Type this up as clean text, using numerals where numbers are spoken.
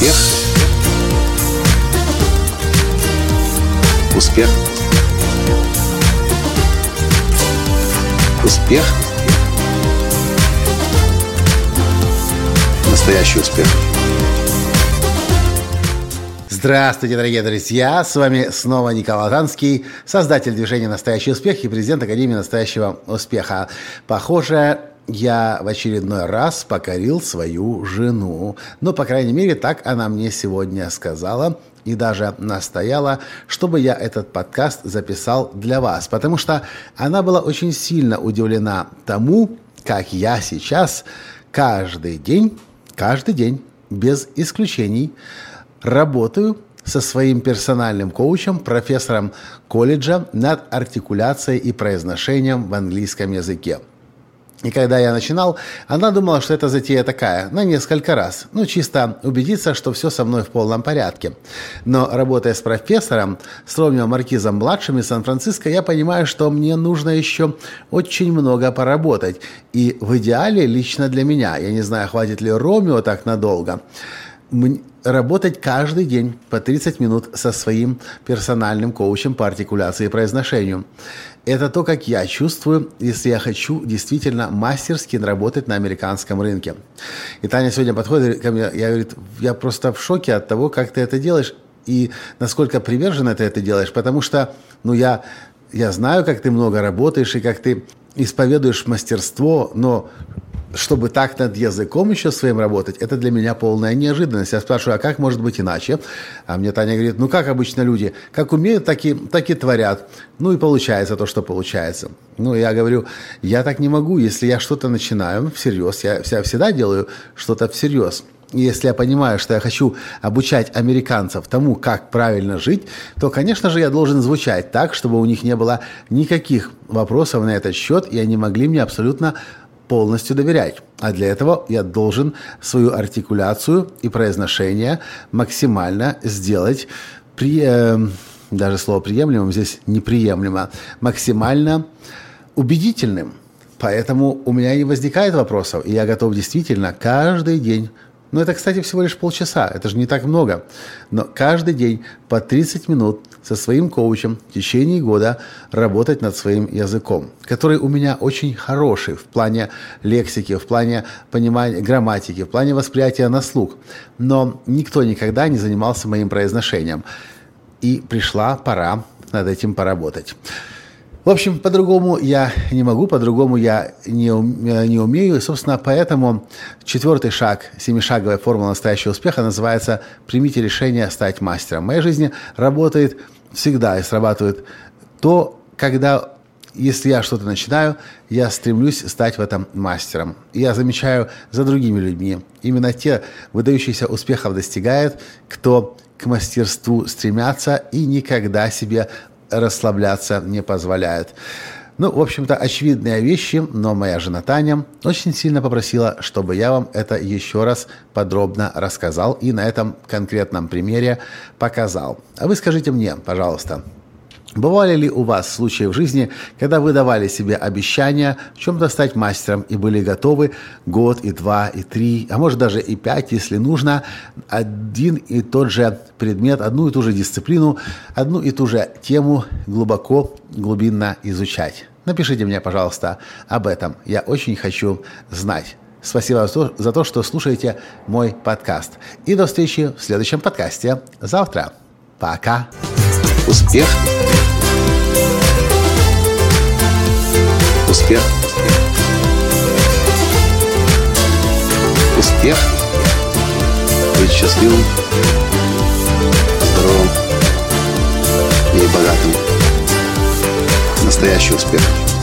Успех. Успех. Успех. Настоящий успех. Здравствуйте, дорогие друзья! С вами снова Николай Латанский, создатель движения «Настоящий успех» и президент Академии настоящего успеха. Похоже, я в очередной раз покорил свою жену. Ну, по крайней мере, так она мне сегодня сказала и даже настояла, чтобы я этот подкаст записал для вас. Потому что она была очень сильно удивлена тому, как я сейчас каждый день, без исключений, работаю со своим персональным коучем, профессором колледжа над артикуляцией и произношением в английском языке. И когда я начинал, она думала, что это затея такая, на несколько раз. Чисто убедиться, что все со мной в полном порядке. Но работая с профессором, с Ромео Маркизом-младшим из Сан-Франциско, я понимаю, что мне нужно еще очень много поработать. И в идеале лично для меня, я не знаю, хватит ли Ромео так надолго, работать каждый день по 30 минут со своим персональным коучем по артикуляции и произношению. Это то, как я чувствую, если я хочу действительно мастерски работать на американском рынке. И Таня сегодня подходит ко мне, говорит, я просто в шоке от того, как ты это делаешь и насколько приверженно ты это делаешь, потому что, я знаю, как ты много работаешь и как ты исповедуешь мастерство, но чтобы так над языком еще своим работать, это для меня полная неожиданность. Я спрашиваю, а как может быть иначе? А мне Таня говорит, как обычно люди, как умеют, так и творят. И получается то, что получается. Я говорю, я так не могу, если я что-то начинаю всерьез, я всегда делаю что-то всерьез. И если я понимаю, что я хочу обучать американцев тому, как правильно жить, то, конечно же, я должен звучать так, чтобы у них не было никаких вопросов на этот счет, и они могли мне абсолютно полностью доверять. А для этого я должен свою артикуляцию и произношение максимально сделать, даже слово «приемлемым» здесь неприемлемо, максимально убедительным. Поэтому у меня не возникает вопросов, и я готов действительно каждый день. Это, кстати, всего лишь полчаса, это же не так много. Но каждый день по 30 минут со своим коучем в течение года работать над своим языком, который у меня очень хороший в плане лексики, в плане понимания грамматики, в плане восприятия на слух. Но никто никогда не занимался моим произношением. И пришла пора над этим поработать. В общем, по-другому я не могу, по-другому я не умею. И, собственно, поэтому 4-й шаг 7-шаговой формулы настоящего успеха называется «Примите решение стать мастером». В моей жизни работает всегда и срабатывает то, когда, если я что-то начинаю, я стремлюсь стать в этом мастером. И я замечаю за другими людьми. Именно те выдающихся успехов достигают, кто к мастерству стремятся и никогда себе расслабляться не позволяют. В общем-то, очевидные вещи, но моя жена Таня очень сильно попросила, чтобы я вам это еще раз подробно рассказал и на этом конкретном примере показал. А вы скажите мне, пожалуйста, бывали ли у вас случаи в жизни, когда вы давали себе обещание в чем-то стать мастером и были готовы год, и 2, и 3, а может даже и 5, если нужно, один и тот же предмет, одну и ту же дисциплину, одну и ту же тему глубинно изучать? Напишите мне, пожалуйста, об этом. Я очень хочу знать. Спасибо за то, что слушаете мой подкаст. И до встречи в следующем подкасте завтра. Пока. Успех. Успех. Успех. Быть счастливым, здоровым и богатым. Настоящий успех.